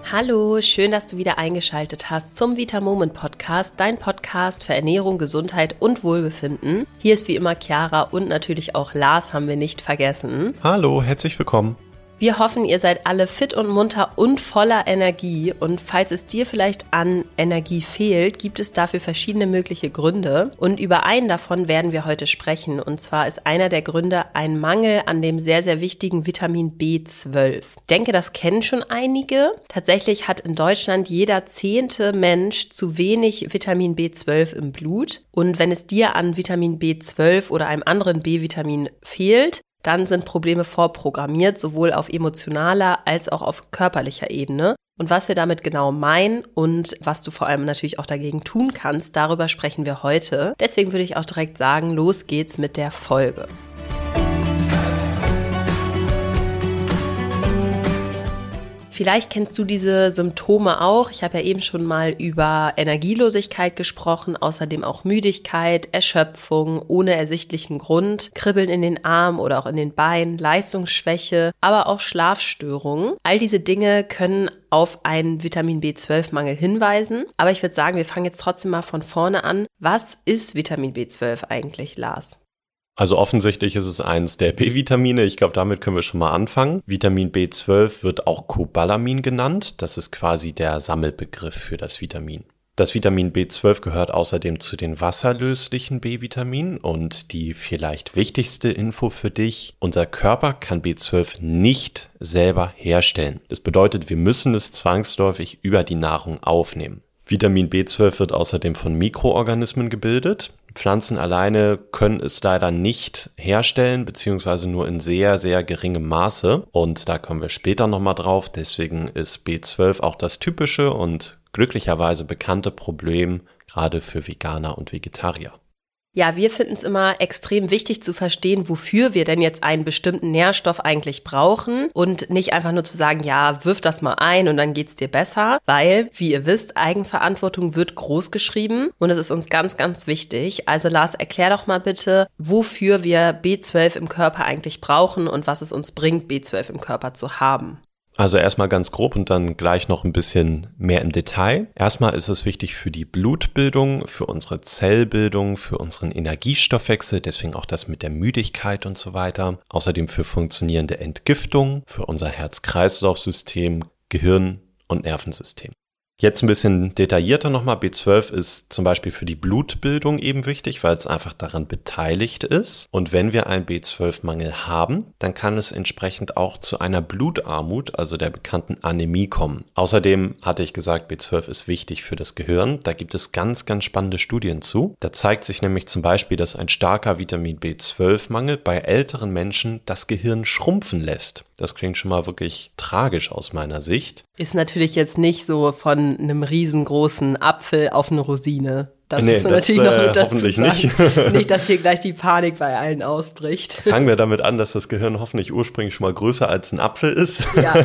Hallo, schön, dass du wieder eingeschaltet hast zum Vitamoment Podcast, dein Podcast für Ernährung, Gesundheit und Wohlbefinden. Hier ist wie immer Chiara und natürlich auch Lars haben wir nicht vergessen. Hallo, herzlich willkommen. Wir hoffen, ihr seid alle fit und munter und voller Energie und falls es dir vielleicht an Energie fehlt, gibt es dafür verschiedene mögliche Gründe und über einen davon werden wir heute sprechen und zwar ist einer der Gründe ein Mangel an dem sehr, sehr wichtigen Vitamin B12. Ich denke, das kennen schon einige. Tatsächlich hat in Deutschland jeder 10. Mensch zu wenig Vitamin B12 im Blut und wenn es dir an Vitamin B12 oder einem anderen B-Vitamin fehlt, dann sind Probleme vorprogrammiert, sowohl auf emotionaler als auch auf körperlicher Ebene. Und was wir damit genau meinen und was du vor allem natürlich auch dagegen tun kannst, darüber sprechen wir heute. Deswegen würde ich auch direkt sagen, los geht's mit der Folge. Vielleicht kennst du diese Symptome auch. Ich habe ja eben schon mal über Energielosigkeit gesprochen, außerdem auch Müdigkeit, Erschöpfung ohne ersichtlichen Grund, Kribbeln in den Armen oder auch in den Beinen, Leistungsschwäche, aber auch Schlafstörungen. All diese Dinge können auf einen Vitamin B12-Mangel hinweisen. Aber ich würde sagen, wir fangen jetzt trotzdem mal von vorne an. Was ist Vitamin B12 eigentlich, Lars? Also offensichtlich ist es eins der B-Vitamine. Ich glaube, damit können wir schon mal anfangen. Vitamin B12 wird auch Cobalamin genannt. Das ist quasi der Sammelbegriff für das Vitamin. Das Vitamin B12 gehört außerdem zu den wasserlöslichen B-Vitaminen und die vielleicht wichtigste Info für dich: Unser Körper kann B12 nicht selber herstellen. Das bedeutet, wir müssen es zwangsläufig über die Nahrung aufnehmen. Vitamin B12 wird außerdem von Mikroorganismen gebildet. Pflanzen alleine können es leider nicht herstellen, beziehungsweise nur in sehr, sehr geringem Maße. Und da kommen wir später nochmal drauf. Deswegen ist B12 auch das typische und glücklicherweise bekannte Problem, gerade für Veganer und Vegetarier. Ja, wir finden es immer extrem wichtig zu verstehen, wofür wir denn jetzt einen bestimmten Nährstoff eigentlich brauchen und nicht einfach nur zu sagen, ja, wirf das mal ein und dann geht's dir besser, weil, wie ihr wisst, Eigenverantwortung wird groß geschrieben und es ist uns ganz, ganz wichtig. Also Lars, erklär doch mal bitte, wofür wir B12 im Körper eigentlich brauchen und was es uns bringt, B12 im Körper zu haben. Also erstmal ganz grob und dann gleich noch ein bisschen mehr im Detail. Erstmal ist es wichtig für die Blutbildung, für unsere Zellbildung, für unseren Energiestoffwechsel, deswegen auch das mit der Müdigkeit und so weiter. Außerdem für funktionierende Entgiftung, für unser Herz-Kreislauf-System, Gehirn und Nervensystem. Jetzt ein bisschen detaillierter nochmal. B12 ist zum Beispiel für die Blutbildung eben wichtig, weil es einfach daran beteiligt ist. Und wenn wir einen B12-Mangel haben, dann kann es entsprechend auch zu einer Blutarmut, also der bekannten Anämie, kommen. Außerdem hatte ich gesagt, B12 ist wichtig für das Gehirn. Da gibt es ganz, ganz spannende Studien zu. Da zeigt sich nämlich zum Beispiel, dass ein starker Vitamin B12-Mangel bei älteren Menschen das Gehirn schrumpfen lässt. Das klingt schon mal wirklich tragisch aus meiner Sicht. Ist natürlich jetzt nicht so von einem riesengroßen Apfel auf eine Rosine. Das muss man natürlich noch mit dazu hoffentlich sagen. Nicht, dass hier gleich die Panik bei allen ausbricht. Fangen wir damit an, dass das Gehirn hoffentlich ursprünglich schon mal größer als ein Apfel ist. Ja.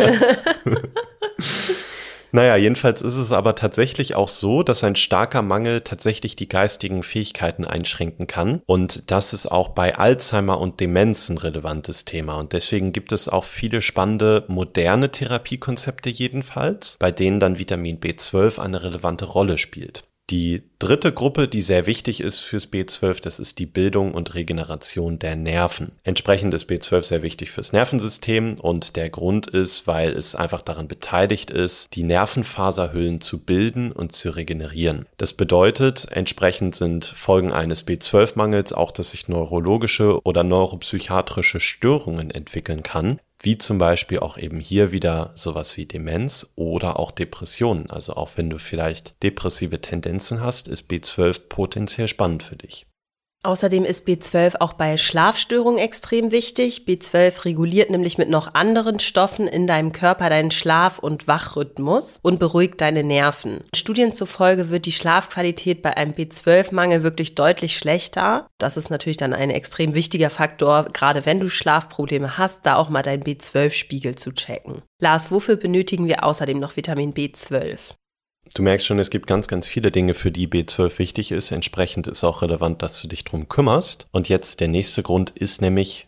Naja, jedenfalls ist es aber tatsächlich auch so, dass ein starker Mangel tatsächlich die geistigen Fähigkeiten einschränken kann. Und das ist auch bei Alzheimer und Demenz ein relevantes Thema. Und deswegen gibt es auch viele spannende moderne Therapiekonzepte jedenfalls, bei denen dann Vitamin B12 eine relevante Rolle spielt. Die dritte Gruppe, die sehr wichtig ist fürs B12, das ist die Bildung und Regeneration der Nerven. Entsprechend ist B12 sehr wichtig fürs Nervensystem und der Grund ist, weil es einfach daran beteiligt ist, die Nervenfaserhüllen zu bilden und zu regenerieren. Das bedeutet, entsprechend sind Folgen eines B12-Mangels auch, dass sich neurologische oder neuropsychiatrische Störungen entwickeln kann, wie zum Beispiel auch eben hier wieder sowas wie Demenz oder auch Depressionen. Also auch wenn du vielleicht depressive Tendenzen hast, ist B12 potenziell spannend für dich. Außerdem ist B12 auch bei Schlafstörungen extrem wichtig. B12 reguliert nämlich mit noch anderen Stoffen in deinem Körper deinen Schlaf- und Wachrhythmus und beruhigt deine Nerven. Studien zufolge wird die Schlafqualität bei einem B12-Mangel wirklich deutlich schlechter. Das ist natürlich dann ein extrem wichtiger Faktor, gerade wenn du Schlafprobleme hast, da auch mal deinen B12-Spiegel zu checken. Lars, wofür benötigen wir außerdem noch Vitamin B12? Du merkst schon, es gibt ganz, ganz viele Dinge, für die B12 wichtig ist. Entsprechend ist auch relevant, dass du dich drum kümmerst. Und jetzt der nächste Grund ist nämlich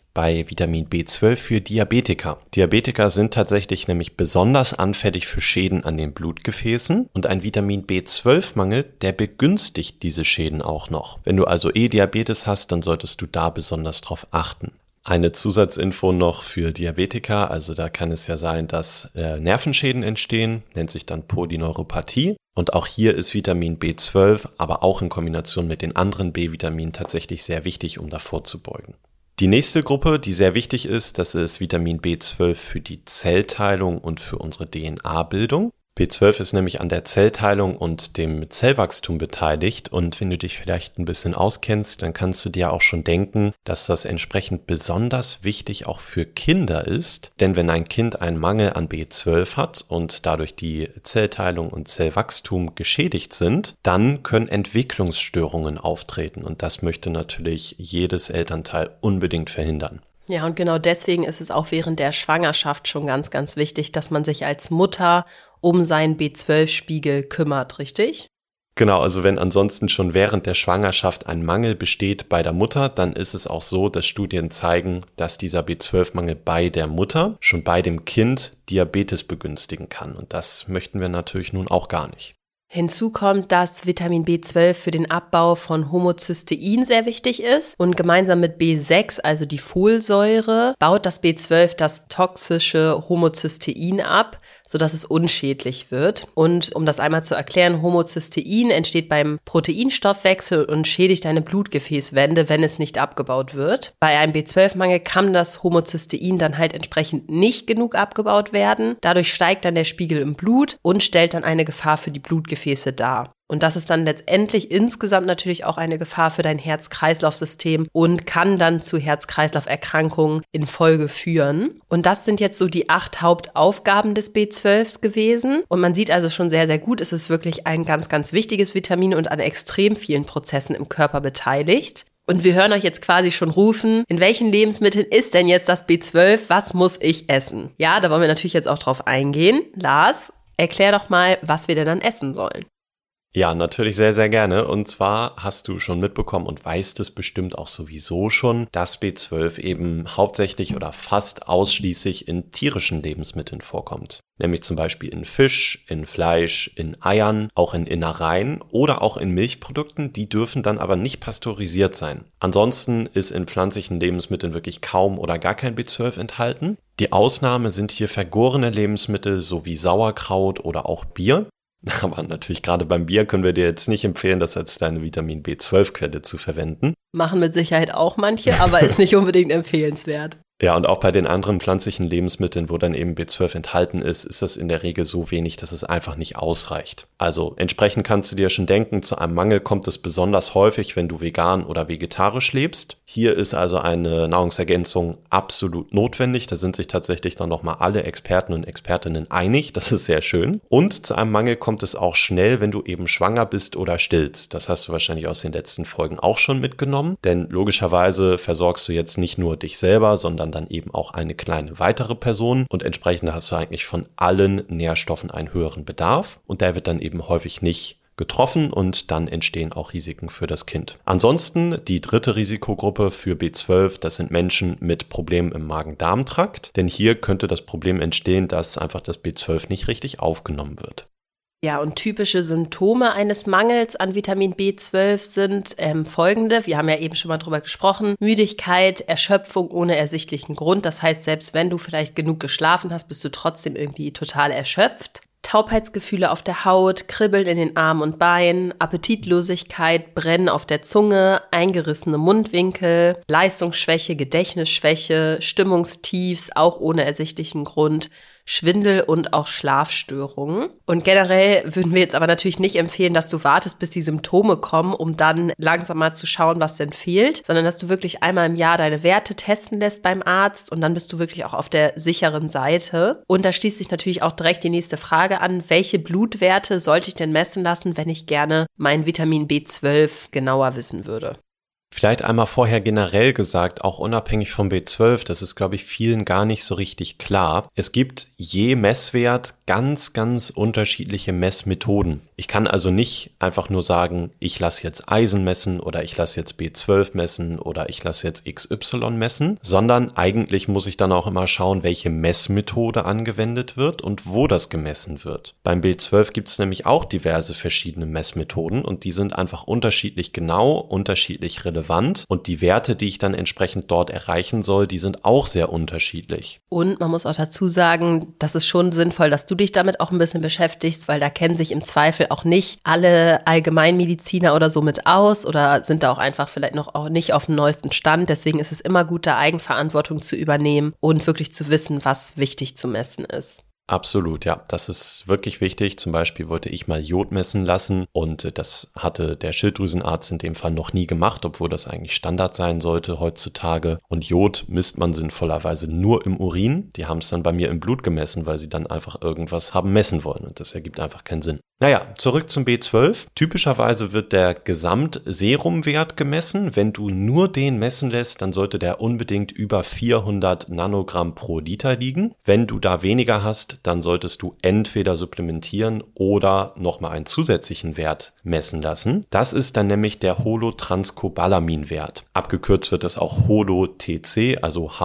bei Vitamin B12 für Diabetiker. Diabetiker sind tatsächlich nämlich besonders anfällig für Schäden an den Blutgefäßen und ein Vitamin B12-Mangel, der begünstigt diese Schäden auch noch. Wenn du also Diabetes hast, dann solltest du da besonders drauf achten. Eine Zusatzinfo noch für Diabetiker, also da kann es ja sein, dass Nervenschäden entstehen, nennt sich dann Polyneuropathie. Und auch hier ist Vitamin B12, aber auch in Kombination mit den anderen B-Vitaminen tatsächlich sehr wichtig, um davor zu beugen. Die nächste Gruppe, die sehr wichtig ist, das ist Vitamin B12 für die Zellteilung und für unsere DNA-Bildung. B12 ist nämlich an der Zellteilung und dem Zellwachstum beteiligt und wenn du dich vielleicht ein bisschen auskennst, dann kannst du dir auch schon denken, dass das entsprechend besonders wichtig auch für Kinder ist, denn wenn ein Kind einen Mangel an B12 hat und dadurch die Zellteilung und Zellwachstum geschädigt sind, dann können Entwicklungsstörungen auftreten und das möchte natürlich jedes Elternteil unbedingt verhindern. Ja, und genau deswegen ist es auch während der Schwangerschaft schon ganz, ganz wichtig, dass man sich als Mutter um seinen B12-Spiegel kümmert, richtig? Genau, also wenn ansonsten schon während der Schwangerschaft ein Mangel besteht bei der Mutter, dann ist es auch so, dass Studien zeigen, dass dieser B12-Mangel bei der Mutter schon bei dem Kind Diabetes begünstigen kann. Und das möchten wir natürlich nun auch gar nicht. Hinzu kommt, dass Vitamin B12 für den Abbau von Homozystein sehr wichtig ist und gemeinsam mit B6, also die Folsäure, baut das B12 das toxische Homozystein ab, sodass es unschädlich wird. Und um das einmal zu erklären, Homozystein entsteht beim Proteinstoffwechsel und schädigt deine Blutgefäßwände, wenn es nicht abgebaut wird. Bei einem B12-Mangel kann das Homozystein dann halt entsprechend nicht genug abgebaut werden. Dadurch steigt dann der Spiegel im Blut und stellt dann eine Gefahr für die Blutgefäße dar. Und das ist dann letztendlich insgesamt natürlich auch eine Gefahr für dein Herz-Kreislauf-System und kann dann zu Herz-Kreislauf-Erkrankungen in Folge führen. Und das sind jetzt so die 8 Hauptaufgaben des B12s gewesen. Und man sieht also schon sehr, sehr gut, es ist wirklich ein ganz, ganz wichtiges Vitamin und an extrem vielen Prozessen im Körper beteiligt. Und wir hören euch jetzt quasi schon rufen, in welchen Lebensmitteln ist denn jetzt das B12? Was muss ich essen? Ja, da wollen wir natürlich jetzt auch drauf eingehen. Lars, erklär doch mal, was wir denn dann essen sollen. Ja, natürlich sehr, sehr gerne. Und zwar hast du schon mitbekommen und weißt es bestimmt auch sowieso schon, dass B12 eben hauptsächlich oder fast ausschließlich in tierischen Lebensmitteln vorkommt. Nämlich zum Beispiel in Fisch, in Fleisch, in Eiern, auch in Innereien oder auch in Milchprodukten. Die dürfen dann aber nicht pasteurisiert sein. Ansonsten ist in pflanzlichen Lebensmitteln wirklich kaum oder gar kein B12 enthalten. Die Ausnahme sind hier vergorene Lebensmittel sowie Sauerkraut oder auch Bier. Aber natürlich gerade beim Bier können wir dir jetzt nicht empfehlen, das als deine Vitamin B12-Quelle zu verwenden. Machen mit Sicherheit auch manche, aber ist nicht unbedingt empfehlenswert. Ja, und auch bei den anderen pflanzlichen Lebensmitteln, wo dann eben B12 enthalten ist, ist das in der Regel so wenig, dass es einfach nicht ausreicht. Also entsprechend kannst du dir schon denken, zu einem Mangel kommt es besonders häufig, wenn du vegan oder vegetarisch lebst. Hier ist also eine Nahrungsergänzung absolut notwendig. Da sind sich tatsächlich dann nochmal alle Experten und Expertinnen einig. Das ist sehr schön. Und zu einem Mangel kommt es auch schnell, wenn du eben schwanger bist oder stillst. Das hast du wahrscheinlich aus den letzten Folgen auch schon mitgenommen. Denn logischerweise versorgst du jetzt nicht nur dich selber, sondern dann eben auch eine kleine weitere Person und entsprechend hast du eigentlich von allen Nährstoffen einen höheren Bedarf und der wird dann eben häufig nicht getroffen und dann entstehen auch Risiken für das Kind. Ansonsten die dritte Risikogruppe für B12, das sind Menschen mit Problemen im Magen-Darm-Trakt, denn hier könnte das Problem entstehen, dass einfach das B12 nicht richtig aufgenommen wird. Ja, und typische Symptome eines Mangels an Vitamin B12 sind folgende. Wir haben ja eben schon mal drüber gesprochen. Müdigkeit, Erschöpfung ohne ersichtlichen Grund. Das heißt, selbst wenn du vielleicht genug geschlafen hast, bist du trotzdem irgendwie total erschöpft. Taubheitsgefühle auf der Haut, Kribbeln in den Armen und Beinen, Appetitlosigkeit, Brennen auf der Zunge, eingerissene Mundwinkel, Leistungsschwäche, Gedächtnisschwäche, Stimmungstiefs, auch ohne ersichtlichen Grund, Schwindel und auch Schlafstörungen. Und generell würden wir jetzt aber natürlich nicht empfehlen, dass du wartest, bis die Symptome kommen, um dann langsam mal zu schauen, was denn fehlt, sondern dass du wirklich einmal im Jahr deine Werte testen lässt beim Arzt und dann bist du wirklich auch auf der sicheren Seite. Und da schließt sich natürlich auch direkt die nächste Frage an, welche Blutwerte sollte ich denn messen lassen, wenn ich gerne mein Vitamin B12 genauer wissen würde? Vielleicht einmal vorher generell gesagt, auch unabhängig vom B12, das ist, glaube ich, vielen gar nicht so richtig klar. Es gibt je Messwert ganz, ganz unterschiedliche Messmethoden. Ich kann also nicht einfach nur sagen, ich lasse jetzt Eisen messen oder ich lasse jetzt B12 messen oder ich lasse jetzt XY messen, sondern eigentlich muss ich dann auch immer schauen, welche Messmethode angewendet wird und wo das gemessen wird. Beim B12 gibt es nämlich auch diverse verschiedene Messmethoden und die sind einfach unterschiedlich genau, unterschiedlich relevant und die Werte, die ich dann entsprechend dort erreichen soll, die sind auch sehr unterschiedlich. Und man muss auch dazu sagen, das ist schon sinnvoll, dass du dich damit auch ein bisschen beschäftigst, weil da kennen sich im Zweifel auch nicht alle Allgemeinmediziner oder so mit aus oder sind da auch einfach vielleicht noch auch nicht auf dem neuesten Stand. Deswegen ist es immer gut, da Eigenverantwortung zu übernehmen und wirklich zu wissen, was wichtig zu messen ist. Absolut, ja. Das ist wirklich wichtig. Zum Beispiel wollte ich mal Jod messen lassen und das hatte der Schilddrüsenarzt in dem Fall noch nie gemacht, obwohl das eigentlich Standard sein sollte heutzutage. Und Jod misst man sinnvollerweise nur im Urin. Die haben es dann bei mir im Blut gemessen, weil sie dann einfach irgendwas haben messen wollen und das ergibt einfach keinen Sinn. Naja, zurück zum B12. Typischerweise wird der Gesamtserumwert gemessen. Wenn du nur den messen lässt, dann sollte der unbedingt über 400 Nanogramm pro Liter liegen. Wenn du da weniger hast, dann solltest du entweder supplementieren oder nochmal einen zusätzlichen Wert messen lassen. Das ist dann nämlich der Holotranscobalamin-Wert. Abgekürzt wird es auch HOLO-TC, also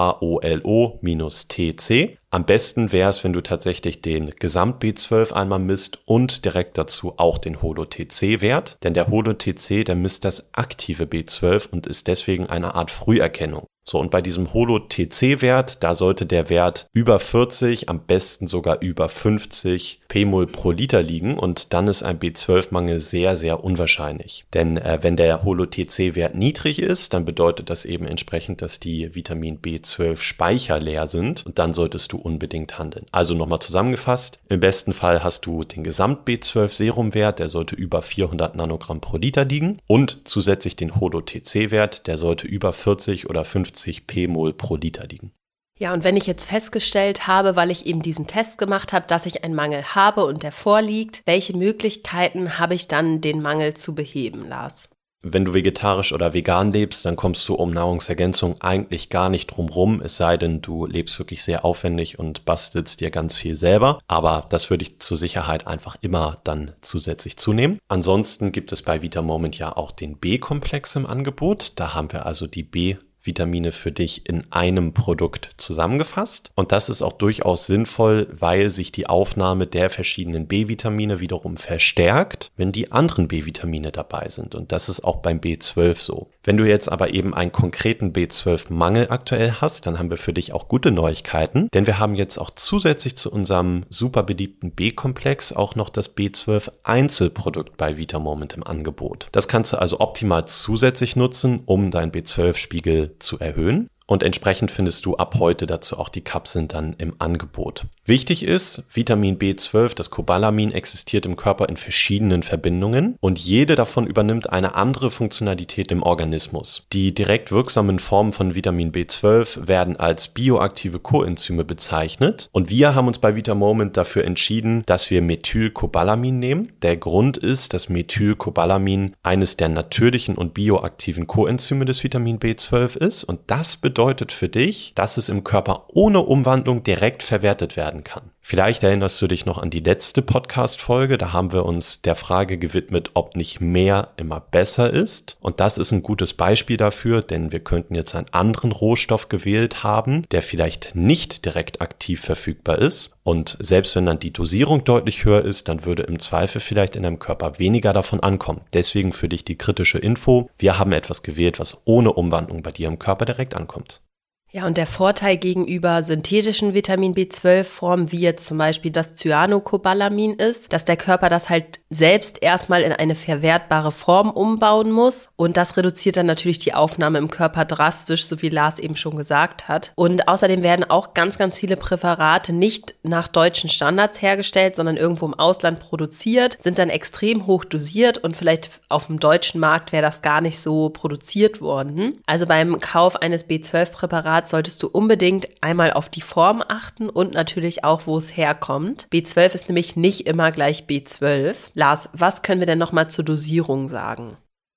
HOLO-TC. Am besten wäre es, wenn du tatsächlich den Gesamt-B12 einmal misst und direkt dazu auch den Holo-TC-Wert, denn der Holo-TC, der misst das aktive B12 und ist deswegen eine Art Früherkennung. So, und bei diesem Holo-TC-Wert, da sollte der Wert über 40, am besten sogar über 50 Pmol pro Liter liegen und dann ist ein B12-Mangel sehr, sehr unwahrscheinlich. Denn wenn der Holo-TC-Wert niedrig ist, dann bedeutet das eben entsprechend, dass die Vitamin B12-Speicher leer sind und dann solltest du unbedingt handeln. Also nochmal zusammengefasst, im besten Fall hast du den Gesamt-B12-Serumwert, der sollte über 400 Nanogramm pro Liter liegen und zusätzlich den Holo-TC-Wert, der sollte über 40 oder 50 Pmol pro Liter liegen. Ja, und wenn ich jetzt festgestellt habe, weil ich eben diesen Test gemacht habe, dass ich einen Mangel habe und der vorliegt, welche Möglichkeiten habe ich dann, den Mangel zu beheben, Lars? Wenn du vegetarisch oder vegan lebst, dann kommst du um Nahrungsergänzung eigentlich gar nicht drum rum, es sei denn, du lebst wirklich sehr aufwendig und bastelst dir ganz viel selber. Aber das würde ich zur Sicherheit einfach immer dann zusätzlich zunehmen. Ansonsten gibt es bei VitaMoment ja auch den B-Komplex im Angebot. Da haben wir also die B-Vitamine für dich in einem Produkt zusammengefasst. Und das ist auch durchaus sinnvoll, weil sich die Aufnahme der verschiedenen B-Vitamine wiederum verstärkt, wenn die anderen B-Vitamine dabei sind. Und das ist auch beim B12 so. Wenn du jetzt aber eben einen konkreten B12-Mangel aktuell hast, dann haben wir für dich auch gute Neuigkeiten, denn wir haben jetzt auch zusätzlich zu unserem super beliebten B-Komplex auch noch das B12-Einzelprodukt bei VitaMoment im Angebot. Das kannst du also optimal zusätzlich nutzen, um deinen B12-Spiegel zu erhöhen. Und entsprechend findest du ab heute dazu auch die Kapseln dann im Angebot. Wichtig ist, Vitamin B12, das Cobalamin, existiert im Körper in verschiedenen Verbindungen und jede davon übernimmt eine andere Funktionalität im Organismus. Die direkt wirksamen Formen von Vitamin B12 werden als bioaktive Coenzyme bezeichnet und wir haben uns bei VitaMoment dafür entschieden, dass wir Methylcobalamin nehmen. Der Grund ist, dass Methylcobalamin eines der natürlichen und bioaktiven Coenzyme des Vitamin B12 ist und das bedeutet für dich, dass es im Körper ohne Umwandlung direkt verwertet werden kann. Vielleicht erinnerst du dich noch an die letzte Podcast-Folge, da haben wir uns der Frage gewidmet, ob nicht mehr immer besser ist. Und das ist ein gutes Beispiel dafür, denn wir könnten jetzt einen anderen Rohstoff gewählt haben, der vielleicht nicht direkt aktiv verfügbar ist. Und selbst wenn dann die Dosierung deutlich höher ist, dann würde im Zweifel vielleicht in deinem Körper weniger davon ankommen. Deswegen für dich die kritische Info, wir haben etwas gewählt, was ohne Umwandlung bei dir im Körper direkt ankommt. Ja, und der Vorteil gegenüber synthetischen Vitamin B12-Formen, wie jetzt zum Beispiel das Cyanocobalamin ist, dass der Körper das halt selbst erstmal in eine verwertbare Form umbauen muss. Und das reduziert dann natürlich die Aufnahme im Körper drastisch, so wie Lars eben schon gesagt hat. Und außerdem werden auch ganz, ganz viele Präparate nicht nach deutschen Standards hergestellt, sondern irgendwo im Ausland produziert, sind dann extrem hoch dosiert und vielleicht auf dem deutschen Markt wäre das gar nicht so produziert worden. Also beim Kauf eines B12-Präparats solltest du unbedingt einmal auf die Form achten und natürlich auch, wo es herkommt. B12 ist nämlich nicht immer gleich B12. Lars, was können wir denn nochmal zur Dosierung sagen?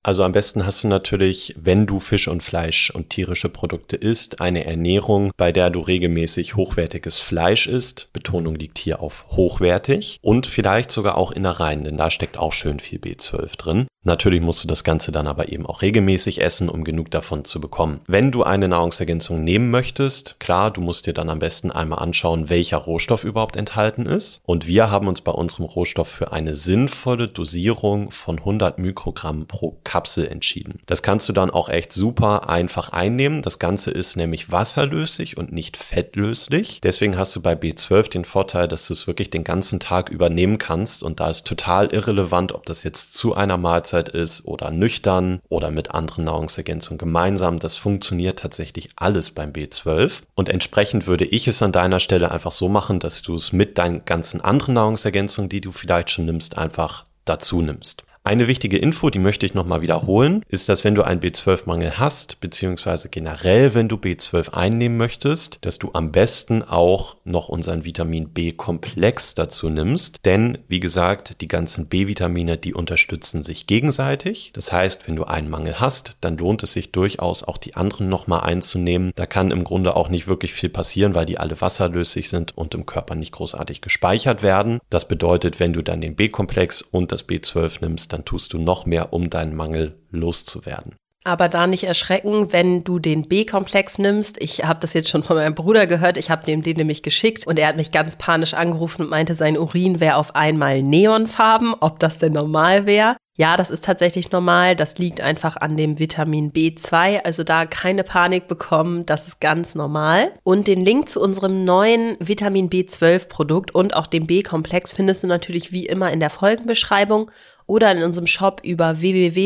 Also am besten hast du natürlich, wenn du Fisch und Fleisch und tierische Produkte isst, eine Ernährung, bei der du regelmäßig hochwertiges Fleisch isst. Betonung liegt hier auf hochwertig und vielleicht sogar auch Innereien, denn da steckt auch schön viel B12 drin. Natürlich musst du das Ganze dann aber eben auch regelmäßig essen, um genug davon zu bekommen. Wenn du eine Nahrungsergänzung nehmen möchtest, klar, du musst dir dann am besten einmal anschauen, welcher Rohstoff überhaupt enthalten ist. Und wir haben uns bei unserem Rohstoff für eine sinnvolle Dosierung von 100 Mikrogramm pro Kapsel entschieden. Das kannst du dann auch echt super einfach einnehmen. Das Ganze ist nämlich wasserlöslich und nicht fettlöslich. Deswegen hast du bei B12 den Vorteil, dass du es wirklich den ganzen Tag übernehmen kannst. Und da ist total irrelevant, ob das jetzt zu einer Mahlzeit ist oder nüchtern oder mit anderen Nahrungsergänzungen gemeinsam. Das funktioniert tatsächlich alles beim B12 und entsprechend würde ich es an deiner Stelle einfach so machen, dass du es mit deinen ganzen anderen Nahrungsergänzungen, die du vielleicht schon nimmst, einfach dazu nimmst. Eine wichtige Info, die möchte ich nochmal wiederholen, ist, dass wenn du einen B12-Mangel hast, beziehungsweise generell, wenn du B12 einnehmen möchtest, dass du am besten auch noch unseren Vitamin B-Komplex dazu nimmst. Denn, wie gesagt, die ganzen B-Vitamine, die unterstützen sich gegenseitig. Das heißt, wenn du einen Mangel hast, dann lohnt es sich durchaus auch die anderen nochmal einzunehmen. Da kann im Grunde auch nicht wirklich viel passieren, weil die alle wasserlöslich sind und im Körper nicht großartig gespeichert werden. Das bedeutet, wenn du dann den B-Komplex und das B12 nimmst, dann tust du noch mehr, um deinen Mangel loszuwerden. Aber da nicht erschrecken, wenn du den B-Komplex nimmst. Ich habe das jetzt schon von meinem Bruder gehört. Ich habe dem den nämlich geschickt und er hat mich ganz panisch angerufen und meinte, sein Urin wäre auf einmal neonfarben, ob das denn normal wäre. Ja, das ist tatsächlich normal. Das liegt einfach an dem Vitamin B2. Also da keine Panik bekommen. Das ist ganz normal. Und den Link zu unserem neuen Vitamin B12-Produkt und auch dem B-Komplex findest du natürlich wie immer in der Folgenbeschreibung oder in unserem Shop über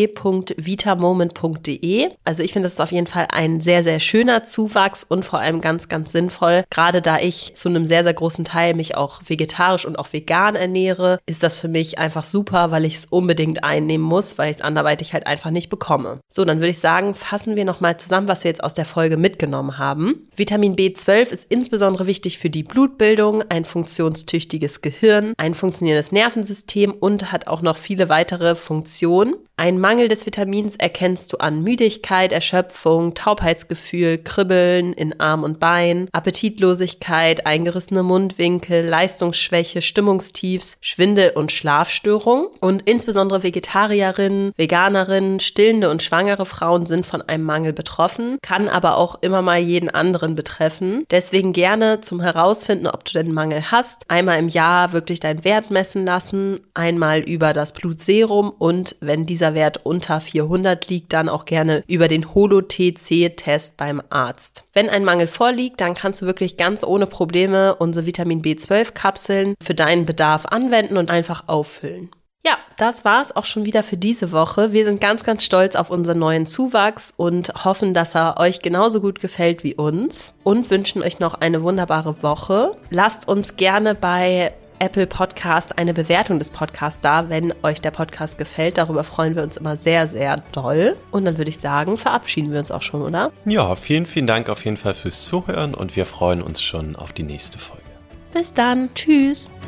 www.vitamoment.de. Also ich finde, das ist auf jeden Fall ein sehr, sehr schöner Zuwachs und vor allem ganz, ganz sinnvoll. Gerade da ich zu einem sehr, sehr großen Teil mich auch vegetarisch und auch vegan ernähre, ist das für mich einfach super, weil ich es unbedingt einnehmen muss, weil ich es anderweitig halt einfach nicht bekomme. So, dann würde ich sagen, fassen wir nochmal zusammen, was wir jetzt aus der Folge mitgenommen haben. Vitamin B12 ist insbesondere wichtig für die Blutbildung, ein funktionstüchtiges Gehirn, ein funktionierendes Nervensystem und hat auch noch viele weitere Funktionen. Ein Mangel des Vitamins erkennst du an Müdigkeit, Erschöpfung, Taubheitsgefühl, Kribbeln in Arm und Bein, Appetitlosigkeit, eingerissene Mundwinkel, Leistungsschwäche, Stimmungstiefs, Schwindel und Schlafstörung. Und insbesondere Vegetarierinnen, Veganerinnen, stillende und schwangere Frauen sind von einem Mangel betroffen, kann aber auch immer mal jeden anderen betreffen. Deswegen gerne zum Herausfinden, ob du den Mangel hast, einmal im Jahr wirklich deinen Wert messen lassen, einmal über das Blutserum und wenn dieser Wert unter 400 liegt, dann auch gerne über den Holo-TC-Test beim Arzt. Wenn ein Mangel vorliegt, dann kannst du wirklich ganz ohne Probleme unsere Vitamin B12-Kapseln für deinen Bedarf anwenden und einfach auffüllen. Ja, das war's auch schon wieder für diese Woche. Wir sind ganz, ganz stolz auf unseren neuen Zuwachs und hoffen, dass er euch genauso gut gefällt wie uns und wünschen euch noch eine wunderbare Woche. Lasst uns gerne bei Apple Podcast eine Bewertung des Podcasts da, wenn euch der Podcast gefällt. Darüber freuen wir uns immer sehr, sehr doll. Und dann würde ich sagen, verabschieden wir uns auch schon, oder? Ja, vielen, vielen Dank auf jeden Fall fürs Zuhören und wir freuen uns schon auf die nächste Folge. Bis dann. Tschüss.